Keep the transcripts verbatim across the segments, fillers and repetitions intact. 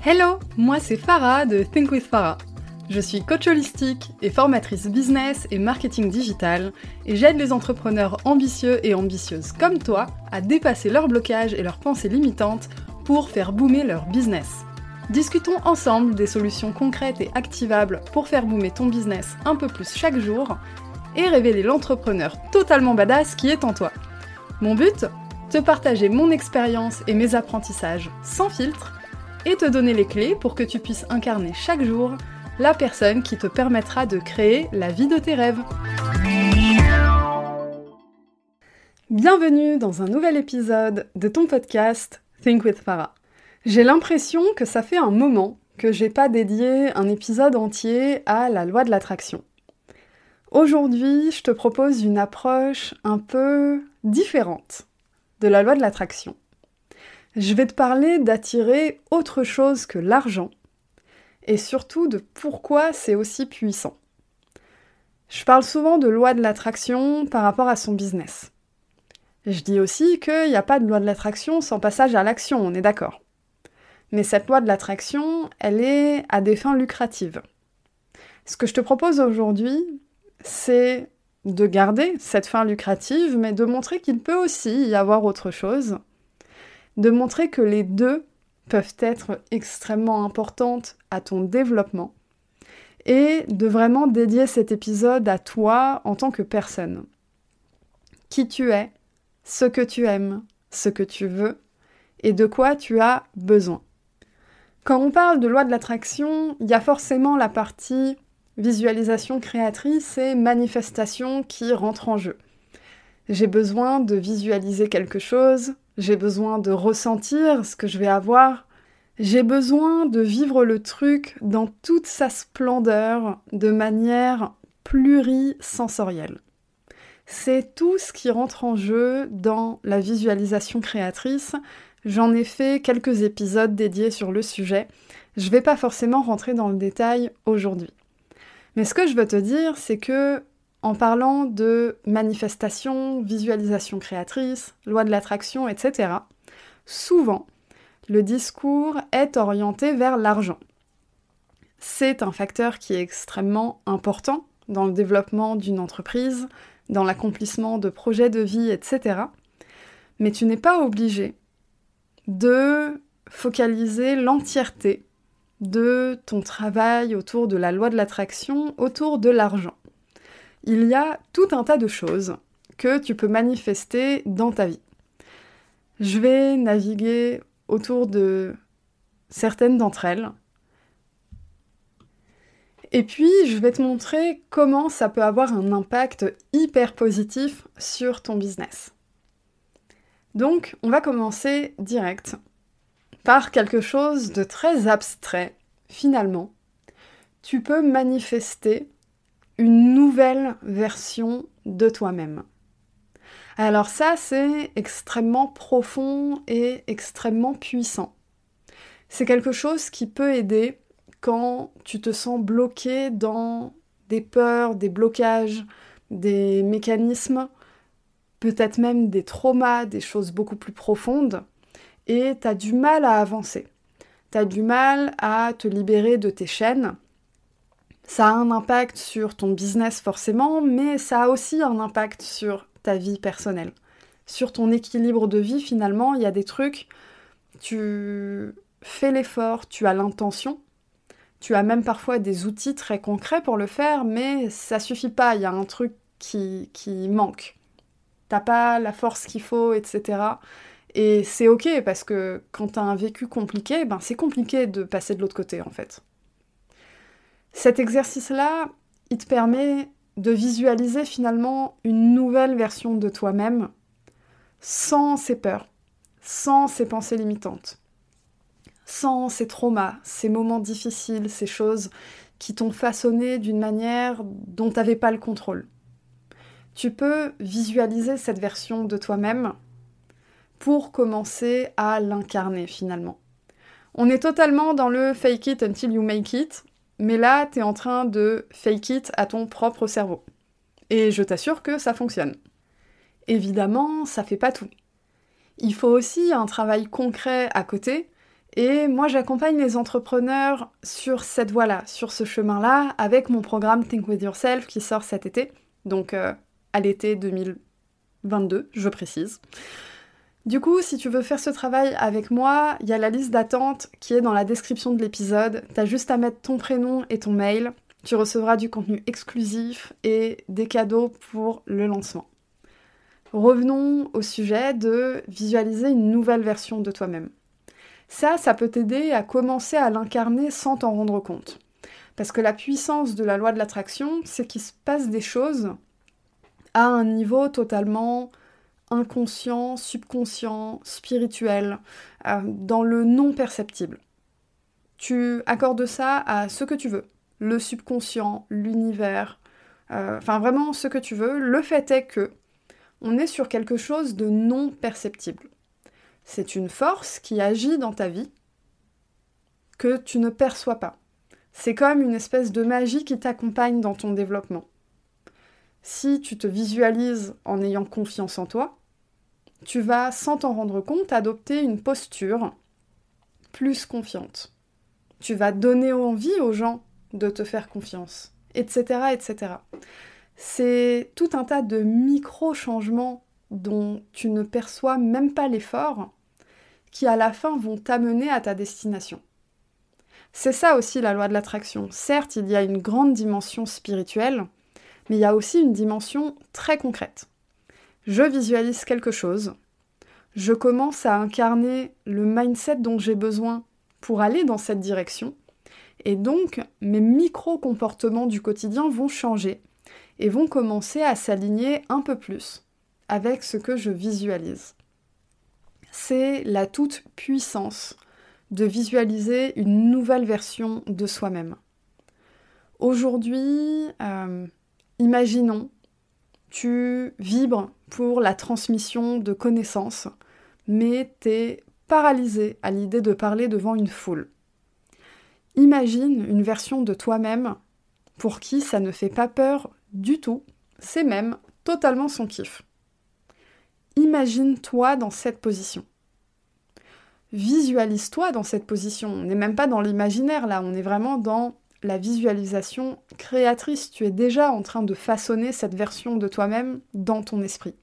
Hello, moi c'est Farah de Think with Farah. Je suis coach holistique et formatrice business et marketing digital et j'aide les entrepreneurs ambitieux et ambitieuses comme toi à dépasser leurs blocages et leurs pensées limitantes pour faire boomer leur business. Discutons ensemble des solutions concrètes et activables pour faire boomer ton business un peu plus chaque jour et révéler l'entrepreneur totalement badass qui est en toi. Mon but ? Te partager mon expérience et mes apprentissages sans filtre et te donner les clés pour que tu puisses incarner chaque jour la personne qui te permettra de créer la vie de tes rêves. Bienvenue dans un nouvel épisode de ton podcast Think with Farah. J'ai l'impression que ça fait un moment que j'ai pas dédié un épisode entier à la loi de l'attraction. Aujourd'hui, je te propose une approche un peu différente de la loi de l'attraction. Je vais te parler d'attirer autre chose que l'argent et surtout de pourquoi c'est aussi puissant. Je parle souvent de loi de l'attraction par rapport à son business. Je dis aussi qu'il n'y a pas de loi de l'attraction sans passage à l'action, on est d'accord. Mais cette loi de l'attraction, elle est à des fins lucratives. Ce que je te propose aujourd'hui, c'est de garder cette fin lucrative, mais de montrer qu'il peut aussi y avoir autre chose, de montrer que les deux peuvent être extrêmement importantes à ton développement, et de vraiment dédier cet épisode à toi en tant que personne. Qui tu es, ce que tu aimes, ce que tu veux, et de quoi tu as besoin. Quand on parle de loi de l'attraction, il y a forcément la partie visualisation créatrice et manifestation qui rentre en jeu. J'ai besoin de visualiser quelque chose, j'ai besoin de ressentir ce que je vais avoir, j'ai besoin de vivre le truc dans toute sa splendeur, de manière plurisensorielle. C'est tout ce qui rentre en jeu dans la visualisation créatrice. J'en ai fait quelques épisodes dédiés sur le sujet. Je ne vais pas forcément rentrer dans le détail aujourd'hui. Mais ce que je veux te dire, c'est que en parlant de manifestation, visualisation créatrice, loi de l'attraction, et cetera, souvent, le discours est orienté vers l'argent. C'est un facteur qui est extrêmement important dans le développement d'une entreprise, dans l'accomplissement de projets de vie, et cetera. Mais tu n'es pas obligé de focaliser l'entièreté de ton travail autour de la loi de l'attraction, autour de l'argent. Il y a tout un tas de choses que tu peux manifester dans ta vie. Je vais naviguer autour de certaines d'entre elles. Et puis, je vais te montrer comment ça peut avoir un impact hyper positif sur ton business. Donc, on va commencer direct par quelque chose de très abstrait, finalement. Tu peux manifester une nouvelle version de toi-même. Alors ça, c'est extrêmement profond et extrêmement puissant. C'est quelque chose qui peut aider quand tu te sens bloqué dans des peurs, des blocages, des mécanismes, peut-être même des traumas, des choses beaucoup plus profondes, et tu as du mal à avancer. Tu as du mal à te libérer de tes chaînes. Ça a un impact sur ton business forcément, mais ça a aussi un impact sur ta vie personnelle. Sur ton équilibre de vie, finalement, il y a des trucs, tu fais l'effort, tu as l'intention, tu as même parfois des outils très concrets pour le faire, mais ça suffit pas, il y a un truc qui, qui manque. T'as pas la force qu'il faut, et cetera. Et c'est ok, parce que quand t'as un vécu compliqué, ben c'est compliqué de passer de l'autre côté, en fait. Cet exercice-là, il te permet de visualiser finalement une nouvelle version de toi-même, sans ces peurs, sans ces pensées limitantes, sans ces traumas, ces moments difficiles, ces choses qui t'ont façonné d'une manière dont tu n'avais pas le contrôle. Tu peux visualiser cette version de toi-même pour commencer à l'incarner finalement. On est totalement dans le fake it until you make it, mais là, t'es en train de fake it à ton propre cerveau. Et je t'assure que ça fonctionne. Évidemment, ça fait pas tout. Il faut aussi un travail concret à côté, Et moi, j'accompagne les entrepreneurs sur cette voie-là, sur ce chemin-là, avec mon programme Think With Yourself qui sort cet été, donc euh, à l'été deux mille vingt-deux, je précise. Du coup, si tu veux faire ce travail avec moi, il y a la liste d'attente qui est dans la description de l'épisode. T'as juste à mettre ton prénom et ton mail. Tu recevras du contenu exclusif et des cadeaux pour le lancement. Revenons au sujet de visualiser une nouvelle version de toi-même. Ça, ça peut t'aider à commencer à l'incarner sans t'en rendre compte. Parce que la puissance de la loi de l'attraction, c'est qu'il se passe des choses à un niveau totalement inconscient, subconscient, spirituel, euh, dans le non perceptible. Tu accordes ça à ce que tu veux. Le subconscient, l'univers, euh, enfin vraiment ce que tu veux. Le fait est que on est sur quelque chose de non perceptible. C'est une force qui agit dans ta vie que tu ne perçois pas. C'est comme une espèce de magie qui t'accompagne dans ton développement. Si tu te visualises en ayant confiance en toi, tu vas, sans t'en rendre compte, adopter une posture plus confiante. Tu vas donner envie aux gens de te faire confiance, et cetera, et cetera. C'est tout un tas de micro-changements dont tu ne perçois même pas l'effort, qui à la fin vont t'amener à ta destination. C'est ça aussi la loi de l'attraction. Certes, il y a une grande dimension spirituelle, mais il y a aussi une dimension très concrète. Je visualise quelque chose, je commence à incarner le mindset dont j'ai besoin pour aller dans cette direction, et donc mes micro-comportements du quotidien vont changer et vont commencer à s'aligner un peu plus avec ce que je visualise. C'est la toute puissance de visualiser une nouvelle version de soi-même. Aujourd'hui, euh, imaginons, tu vibres pour la transmission de connaissances, mais t'es paralysé à l'idée de parler devant une foule. Imagine une version de toi-même pour qui ça ne fait pas peur du tout, c'est même totalement son kiff. Imagine-toi dans cette position. Visualise-toi dans cette position. On n'est même pas dans l'imaginaire là, on est vraiment dans la visualisation créatrice. Tu es déjà en train de façonner cette version de toi-même dans ton esprit.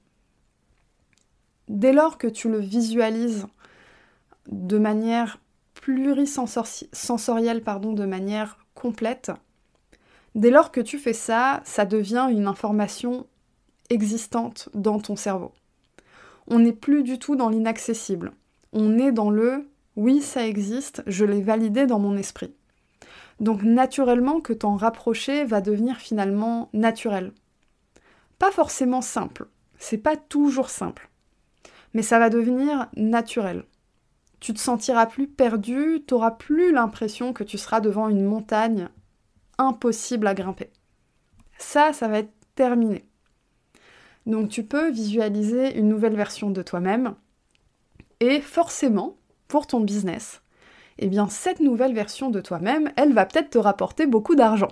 Dès lors que tu le visualises de manière plurisensorielle, pardon, de manière complète, dès lors que tu fais ça, ça devient une information existante dans ton cerveau. On n'est plus du tout dans l'inaccessible. On est dans le « oui, ça existe, je l'ai validé dans mon esprit ». Donc naturellement que t'en rapprocher va devenir finalement naturel. Pas forcément simple, c'est pas toujours simple, mais ça va devenir naturel. Tu te sentiras plus perdu, t'auras plus l'impression que tu seras devant une montagne impossible à grimper. Ça, ça va être terminé. Donc tu peux visualiser une nouvelle version de toi-même, et forcément, pour ton business, eh bien cette nouvelle version de toi-même, elle va peut-être te rapporter beaucoup d'argent.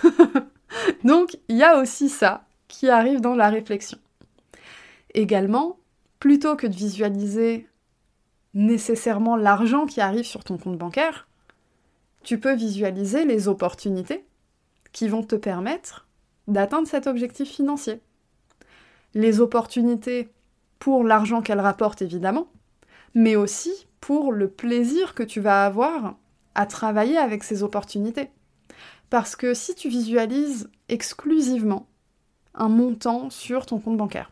Donc il y a aussi ça qui arrive dans la réflexion. Également, plutôt que de visualiser nécessairement l'argent qui arrive sur ton compte bancaire, tu peux visualiser les opportunités qui vont te permettre d'atteindre cet objectif financier. Les opportunités pour l'argent qu'elles rapportent évidemment, mais aussi pour le plaisir que tu vas avoir à travailler avec ces opportunités. Parce que si tu visualises exclusivement un montant sur ton compte bancaire,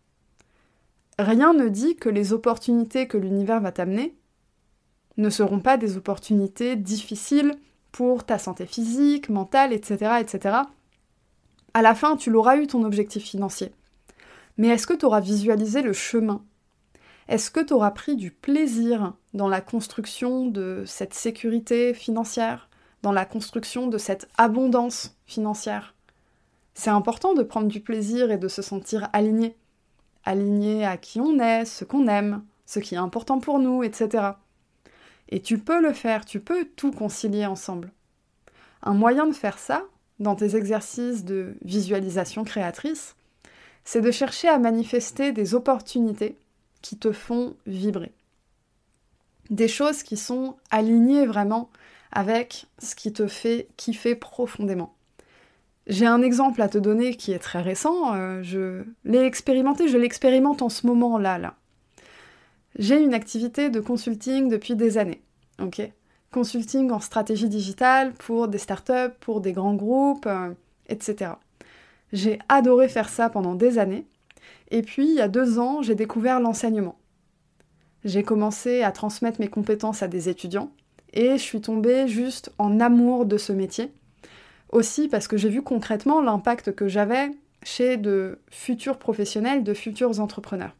rien ne dit que les opportunités que l'univers va t'amener ne seront pas des opportunités difficiles pour ta santé physique, mentale, et cetera, et cetera. À la fin, tu l'auras eu ton objectif financier. Mais est-ce que tu auras visualisé le chemin ? Est-ce que tu auras pris du plaisir dans la construction de cette sécurité financière, dans la construction de cette abondance financière ? C'est important de prendre du plaisir et de se sentir aligné. Aligné à qui on est, ce qu'on aime, ce qui est important pour nous, et cetera. Et tu peux le faire, tu peux tout concilier ensemble. Un moyen de faire ça, dans tes exercices de visualisation créatrice, c'est de chercher à manifester des opportunités qui te font vibrer. Des choses qui sont alignées vraiment avec ce qui te fait kiffer profondément. J'ai un exemple à te donner qui est très récent, euh, je l'ai expérimenté, je l'expérimente en ce moment-là. Là. J'ai une activité de consulting depuis des années, ok ? Consulting en stratégie digitale pour des startups, pour des grands groupes, euh, et cetera. J'ai adoré faire ça pendant des années, et puis il y a deux ans, j'ai découvert l'enseignement. J'ai commencé à transmettre mes compétences à des étudiants, et je suis tombée juste en amour de ce métier. Aussi parce que j'ai vu concrètement l'impact que j'avais chez de futurs professionnels, de futurs entrepreneurs.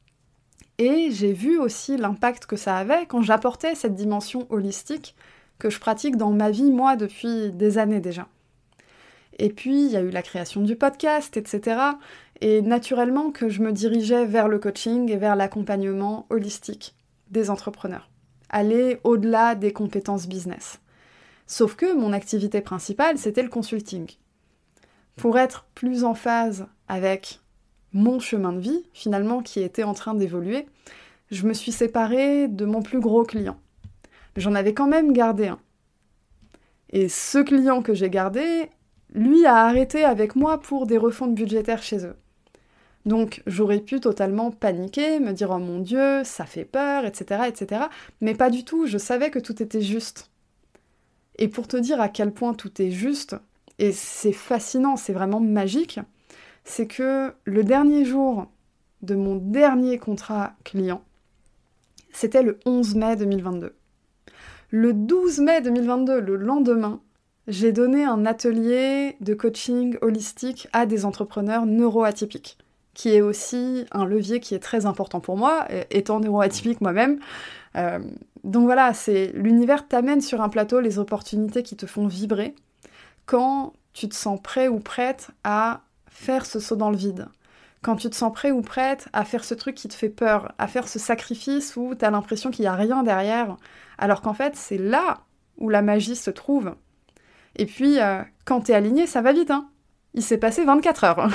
Et j'ai vu aussi l'impact que ça avait quand j'apportais cette dimension holistique que je pratique dans ma vie, moi, depuis des années déjà. Et puis, il y a eu la création du podcast, et cetera. Et naturellement que je me dirigeais vers le coaching et vers l'accompagnement holistique des entrepreneurs. Aller au-delà des compétences business. Sauf que mon activité principale, c'était le consulting. Pour être plus en phase avec mon chemin de vie, finalement, qui était en train d'évoluer, je me suis séparée de mon plus gros client. Mais j'en avais quand même gardé un. Et ce client que j'ai gardé, lui a arrêté avec moi pour des refontes budgétaires chez eux. Donc j'aurais pu totalement paniquer, me dire « Oh mon Dieu, ça fait peur, et cetera, et cetera » Mais pas du tout, je savais que tout était juste. Et pour te dire à quel point tout est juste, et c'est fascinant, c'est vraiment magique, c'est que le dernier jour de mon dernier contrat client, c'était le onze mai deux mille vingt-deux. Le douze mai deux mille vingt-deux, le lendemain, j'ai donné un atelier de coaching holistique à des entrepreneurs neuroatypiques, qui est aussi un levier qui est très important pour moi, étant neuroatypique moi-même. Euh, donc voilà, c'est l'univers t'amène sur un plateau les opportunités qui te font vibrer quand tu te sens prêt ou prête à faire ce saut dans le vide. Quand tu te sens prêt ou prête à faire ce truc qui te fait peur, à faire ce sacrifice où t'as l'impression qu'il n'y a rien derrière, alors qu'en fait, c'est là où la magie se trouve. Et puis, euh, quand t'es aligné, ça va vite, hein. Il s'est passé vingt-quatre heures.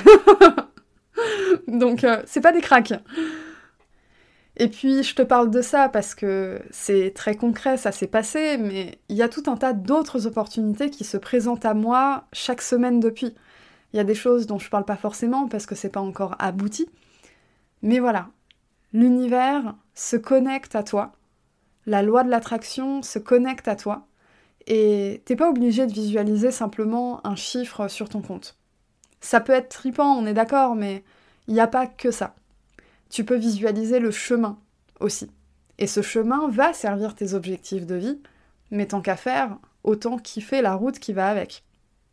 Donc, euh, c'est pas des cracks. Et puis, je te parle de ça parce que c'est très concret, ça s'est passé, mais il y a tout un tas d'autres opportunités qui se présentent à moi chaque semaine depuis. Il y a des choses dont je parle pas forcément parce que c'est pas encore abouti. Mais voilà, l'univers se connecte à toi, la loi de l'attraction se connecte à toi, et t'es pas obligé de visualiser simplement un chiffre sur ton compte. Ça peut être tripant, on est d'accord, mais il n'y a pas que ça. Tu peux visualiser le chemin aussi. Et ce chemin va servir tes objectifs de vie, mais tant qu'à faire, autant kiffer la route qui va avec.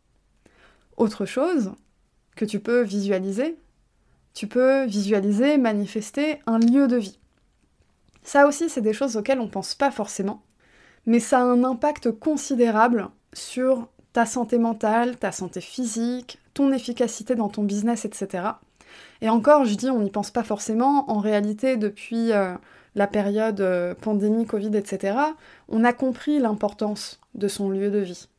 Autre chose que tu peux visualiser, tu peux visualiser, manifester un lieu de vie. Ça aussi, c'est des choses auxquelles on ne pense pas forcément, mais ça a un impact considérable sur ta santé mentale, ta santé physique, ton efficacité dans ton business, et cetera. Et encore, je dis, on n'y pense pas forcément. En réalité, depuis euh, la période euh, pandémie, Covid, et cetera, on a compris l'importance de son lieu de vie.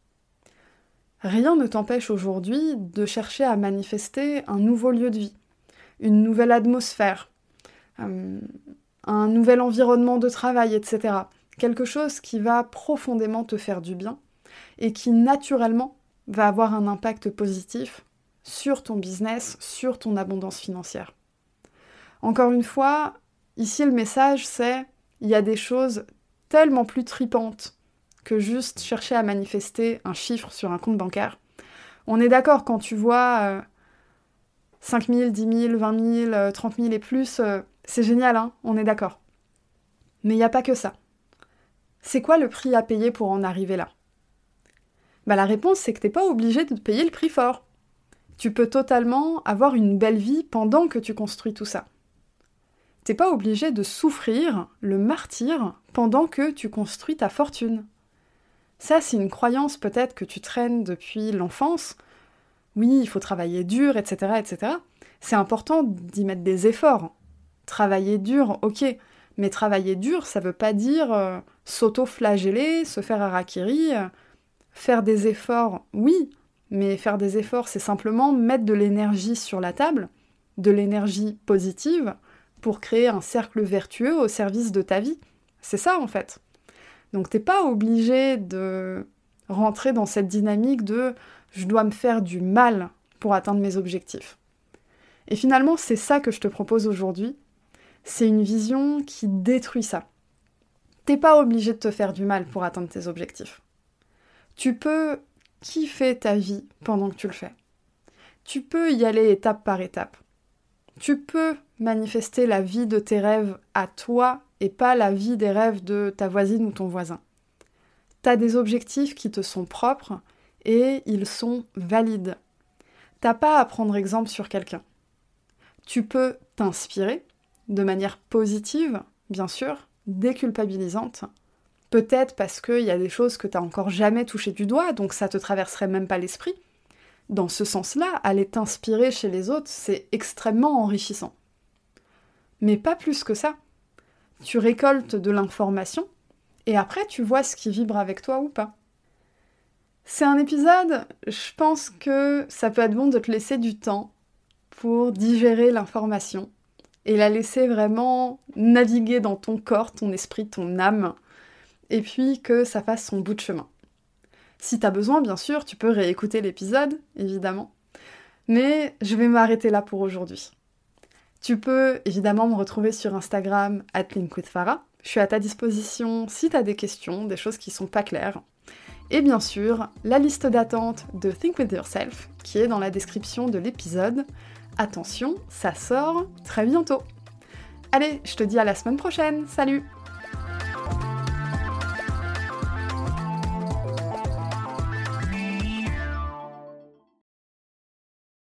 Rien ne t'empêche aujourd'hui de chercher à manifester un nouveau lieu de vie, une nouvelle atmosphère, euh, un nouvel environnement de travail, et cetera. Quelque chose qui va profondément te faire du bien et qui naturellement va avoir un impact positif sur ton business, sur ton abondance financière. Encore une fois, ici le message c'est il y a des choses tellement plus tripantes que juste chercher à manifester un chiffre sur un compte bancaire. On est d'accord, quand tu vois euh, cinq mille, dix mille, vingt mille, trente mille et plus, euh, c'est génial, hein, on est d'accord. Mais il n'y a pas que ça. C'est quoi le prix à payer pour en arriver là ? Bah, la réponse, c'est que t'es pas obligé de te payer le prix fort. Tu peux totalement avoir une belle vie pendant que tu construis tout ça. T'es pas obligé de souffrir le martyre pendant que tu construis ta fortune. Ça, c'est une croyance peut-être que tu traînes depuis l'enfance. Oui, il faut travailler dur, et cetera, et cetera. C'est important d'y mettre des efforts. Travailler dur, ok, mais travailler dur, ça veut pas dire euh, s'auto-flageller, se faire harakiri, euh, faire des efforts, oui, mais faire des efforts, c'est simplement mettre de l'énergie sur la table, de l'énergie positive, pour créer un cercle vertueux au service de ta vie. C'est ça en fait. Donc t'es pas obligé de rentrer dans cette dynamique de « je dois me faire du mal pour atteindre mes objectifs ». Et finalement, c'est ça que je te propose aujourd'hui. C'est une vision qui détruit ça. T'es pas obligé de te faire du mal pour atteindre tes objectifs. Tu peux kiffer ta vie pendant que tu le fais. Tu peux y aller étape par étape. Tu peux manifester la vie de tes rêves à toi et pas la vie des rêves de ta voisine ou ton voisin. T'as des objectifs qui te sont propres et ils sont valides. T'as pas à prendre exemple sur quelqu'un. Tu peux t'inspirer de manière positive, bien sûr, déculpabilisante. Peut-être parce qu'il y a des choses que t'as encore jamais touchées du doigt, donc ça te traverserait même pas l'esprit. Dans ce sens-là, aller t'inspirer chez les autres, c'est extrêmement enrichissant. Mais pas plus que ça. Tu récoltes de l'information, et après tu vois ce qui vibre avec toi ou pas. C'est un épisode, je pense que ça peut être bon de te laisser du temps pour digérer l'information, et la laisser vraiment naviguer dans ton corps, ton esprit, ton âme, et puis que ça fasse son bout de chemin. Si t'as besoin, bien sûr, tu peux réécouter l'épisode, évidemment. Mais je vais m'arrêter là pour aujourd'hui. Tu peux évidemment me retrouver sur Instagram arobase linkwithfarah. Je suis à ta disposition si t'as des questions, des choses qui sont pas claires. Et bien sûr, la liste d'attente de Think With Yourself, qui est dans la description de l'épisode. Attention, ça sort très bientôt. Allez, je te dis à la semaine prochaine, salut!